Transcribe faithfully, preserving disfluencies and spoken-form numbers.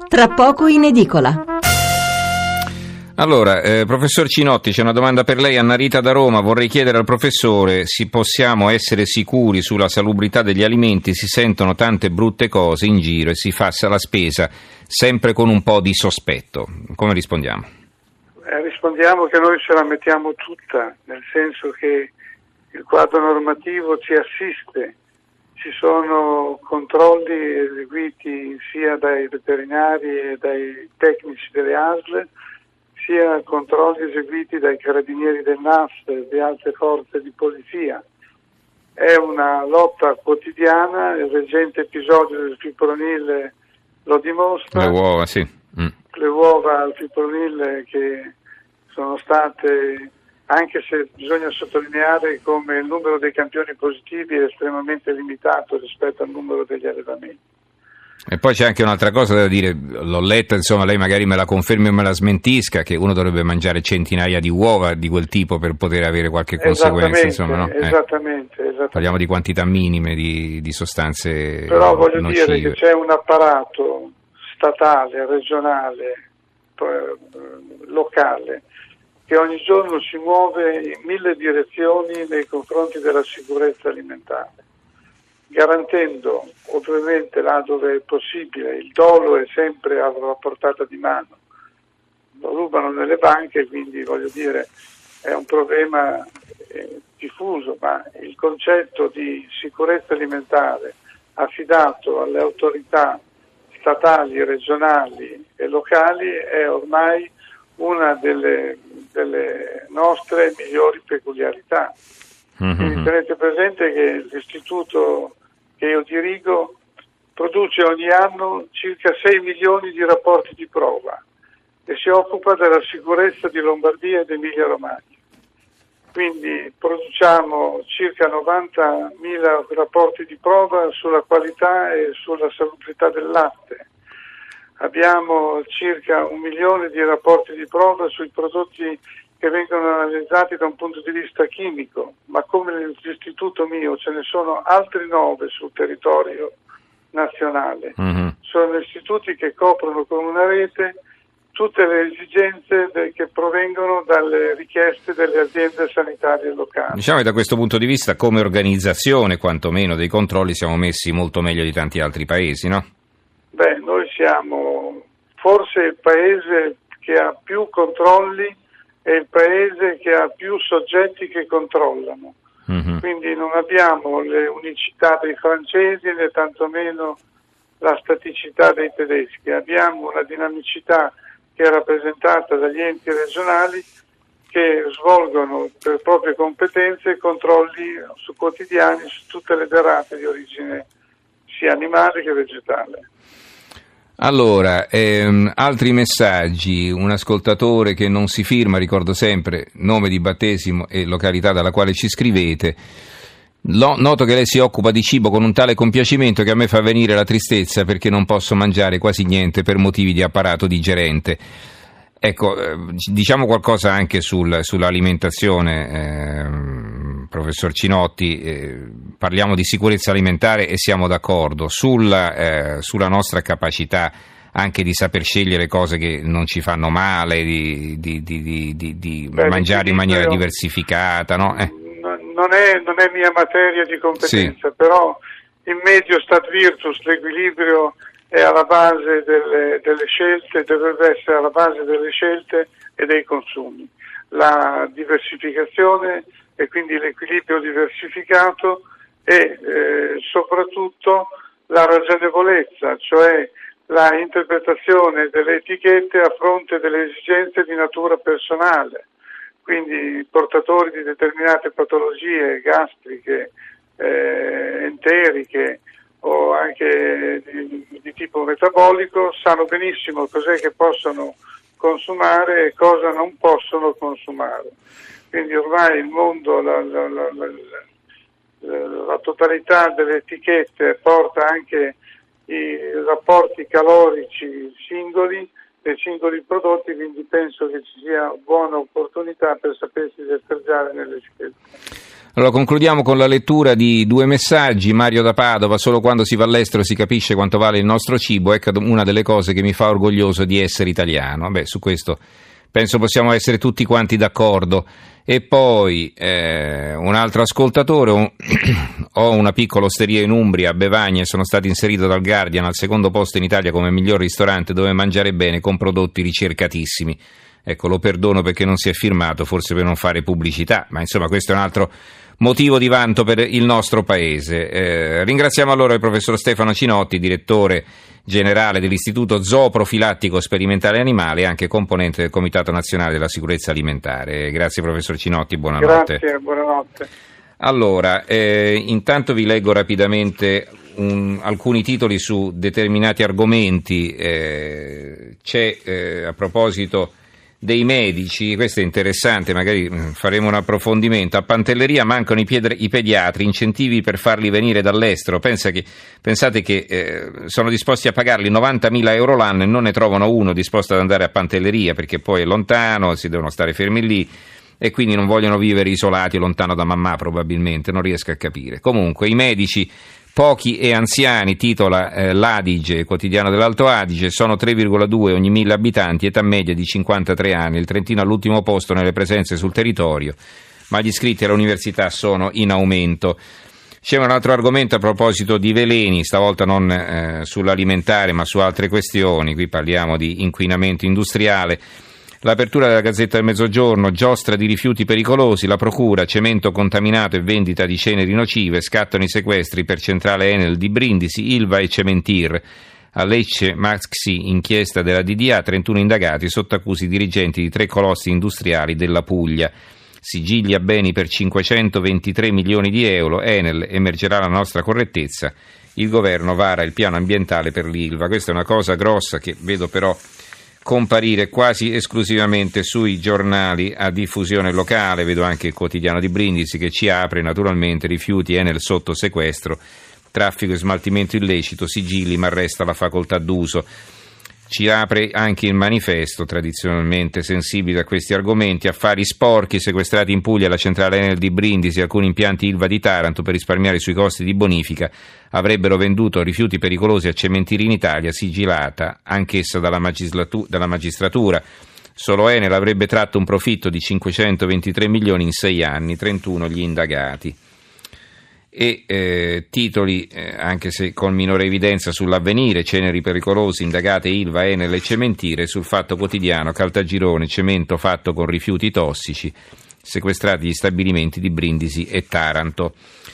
tra poco in edicola. Allora, eh, professor Cinotti, c'è una domanda per lei. Anna Rita da Roma: vorrei chiedere al professore se possiamo essere sicuri sulla salubrità degli alimenti. Si sentono tante brutte cose in giro e si fa la spesa sempre con un po' di sospetto. Come rispondiamo? Eh, rispondiamo che noi ce la mettiamo tutta, nel senso che il quadro normativo ci assiste. Ci sono controlli eseguiti sia dai veterinari e dai tecnici delle A S L, sia controlli eseguiti dai carabinieri del N A S e di altre forze di polizia. È una lotta quotidiana, il recente episodio del fipronil lo dimostra. Le uova, sì. Mm. Le uova al fipronil che sono state, anche se bisogna sottolineare come il numero dei campioni positivi è estremamente limitato rispetto al numero degli allevamenti. E poi c'è anche un'altra cosa da dire, l'ho letta, insomma, lei magari me la confermi o me la smentisca, che uno dovrebbe mangiare centinaia di uova di quel tipo per poter avere qualche conseguenza, insomma, no? Esattamente, eh. esattamente. Parliamo di quantità minime di, di sostanze Però voglio nocive. dire che c'è un apparato statale, regionale, locale, che ogni giorno si muove in mille direzioni nei confronti della sicurezza alimentare, garantendo ovviamente là dove è possibile, il dolo è sempre alla portata di mano, lo rubano nelle banche, quindi voglio dire è un problema eh, diffuso, ma il concetto di sicurezza alimentare affidato alle autorità statali, regionali e locali è ormai una delle, delle nostre migliori peculiarità. Mm-hmm. Quindi tenete presente che l'istituto che io dirigo produce ogni anno circa sei milioni di rapporti di prova e si occupa della sicurezza di Lombardia ed Emilia-Romagna. Quindi produciamo circa novantamila rapporti di prova sulla qualità e sulla salubrità del latte. Abbiamo circa un milione di rapporti di prova sui prodotti che vengono analizzati da un punto di vista chimico, ma come nell'istituto mio ce ne sono altri nove sul territorio nazionale. Mm-hmm. Sono istituti che coprono con una rete tutte le esigenze de- che provengono dalle richieste delle aziende sanitarie locali. Diciamo che da questo punto di vista, come organizzazione quantomeno dei controlli, siamo messi molto meglio di tanti altri paesi, no? Beh, noi siamo forse il paese che ha più controlli e il paese che ha più soggetti che controllano. Mm-hmm. Quindi non abbiamo le unicità dei francesi né tantomeno la staticità dei tedeschi. Abbiamo una dinamicità che è rappresentata dagli enti regionali che svolgono per proprie competenze controlli su quotidiani su tutte le derrate di origine sia animale che vegetale. Allora, ehm, altri messaggi. Un ascoltatore che non si firma, ricordo sempre nome di battesimo e località dalla quale ci scrivete. Lo, noto che lei si occupa di cibo con un tale compiacimento che a me fa venire la tristezza perché non posso mangiare quasi niente per motivi di apparato digerente. Ecco, eh, diciamo qualcosa anche sul, sull'alimentazione, eh, professor Cinotti. Eh, parliamo di sicurezza alimentare e siamo d'accordo sulla, eh, sulla nostra capacità anche di saper scegliere cose che non ci fanno male, di, di, di, di, di Beh, mangiare in maniera diversificata, no? Eh. Non è, non è mia materia di competenza, sì. Però in medio stat virtus, l'equilibrio è alla base delle, delle scelte, dovrebbe essere alla base delle scelte e dei consumi. La diversificazione e quindi l'equilibrio diversificato e eh, soprattutto la ragionevolezza, cioè la interpretazione delle etichette a fronte delle esigenze di natura personale. Quindi portatori di determinate patologie gastriche, eh, enteriche o anche di, di tipo metabolico sanno benissimo cos'è che possono consumare e cosa non possono consumare. Quindi ormai il mondo, la, la, la, la, la totalità delle etichette porta anche i rapporti calorici singoli dei singoli prodotti, quindi penso che ci sia buona opportunità per sapersi destreggiare nelle scelte. Allora concludiamo con la lettura di due messaggi. Mario da Padova: solo quando si va all'estero si capisce quanto vale il nostro cibo, ecco una delle cose che mi fa orgoglioso di essere italiano. Beh, su questo penso possiamo essere tutti quanti d'accordo. E poi eh, un altro ascoltatore: un, ho una piccola osteria in Umbria, a Bevagna, e sono stato inserito dal Guardian al secondo posto in Italia come miglior ristorante dove mangiare bene con prodotti ricercatissimi. Ecco, lo perdono perché non si è firmato, forse per non fare pubblicità, ma insomma questo è un altro motivo di vanto per il nostro paese. Eh, ringraziamo allora il professor Stefano Cinotti, direttore generale dell'Istituto Zooprofilattico Sperimentale Animale e anche componente del Comitato Nazionale della Sicurezza Alimentare. Grazie professor Cinotti, buonanotte. Grazie, buonanotte. Allora, eh, intanto vi leggo rapidamente un, alcuni titoli su determinati argomenti. Eh, c'è eh, a proposito dei medici, questo è interessante, magari faremo un approfondimento. A Pantelleria mancano i, piedri, i pediatri, incentivi per farli venire dall'estero. Pensa che, pensate che eh, sono disposti a pagarli novantamila euro l'anno e non ne trovano uno disposto ad andare a Pantelleria perché poi è lontano, si devono stare fermi lì e quindi non vogliono vivere isolati lontano da mamma probabilmente, non riesco a capire. Comunque i medici pochi e anziani, titola eh, l'Adige, quotidiano dell'Alto Adige, sono tre virgola due ogni mille abitanti, età media di cinquantatré anni, il Trentino all'ultimo posto nelle presenze sul territorio, ma gli iscritti all'università sono in aumento. C'è un altro argomento a proposito di veleni, stavolta non eh, sull'alimentare ma su altre questioni, qui parliamo di inquinamento industriale. L'apertura della Gazzetta del Mezzogiorno: giostra di rifiuti pericolosi, la procura, cemento contaminato e vendita di ceneri nocive, scattano i sequestri per centrale Enel di Brindisi, Ilva e Cementir. A Lecce, Maxi, inchiesta della D D A, trentuno indagati sotto accusa i dirigenti di tre colossi industriali della Puglia. Sigilli a beni per cinquecentoventitré milioni di euro, Enel, emergerà la nostra correttezza, il governo vara il piano ambientale per l'Ilva. Questa è una cosa grossa che vedo però comparire quasi esclusivamente sui giornali a diffusione locale. Vedo anche il quotidiano di Brindisi che ci apre naturalmente: rifiuti, Enel sotto sequestro, traffico e smaltimento illecito, sigilli ma resta la facoltà d'uso. Ci apre anche il Manifesto, tradizionalmente sensibile a questi argomenti: affari sporchi, sequestrati in Puglia la centrale Enel di Brindisi, alcuni impianti Ilva di Taranto per risparmiare sui costi di bonifica avrebbero venduto rifiuti pericolosi a Cementiri in Italia, sigillata anch'essa dalla, magistratu- dalla magistratura. Solo Enel avrebbe tratto un profitto di cinquecentoventitré milioni in sei anni, trentuno gli indagati. E eh, titoli, eh, anche se con minore evidenza, sull'Avvenire: ceneri pericolosi, indagate Ilva, Enel e Cementire. Sul Fatto Quotidiano: Caltagirone, cemento fatto con rifiuti tossici, sequestrati gli stabilimenti di Brindisi e Taranto.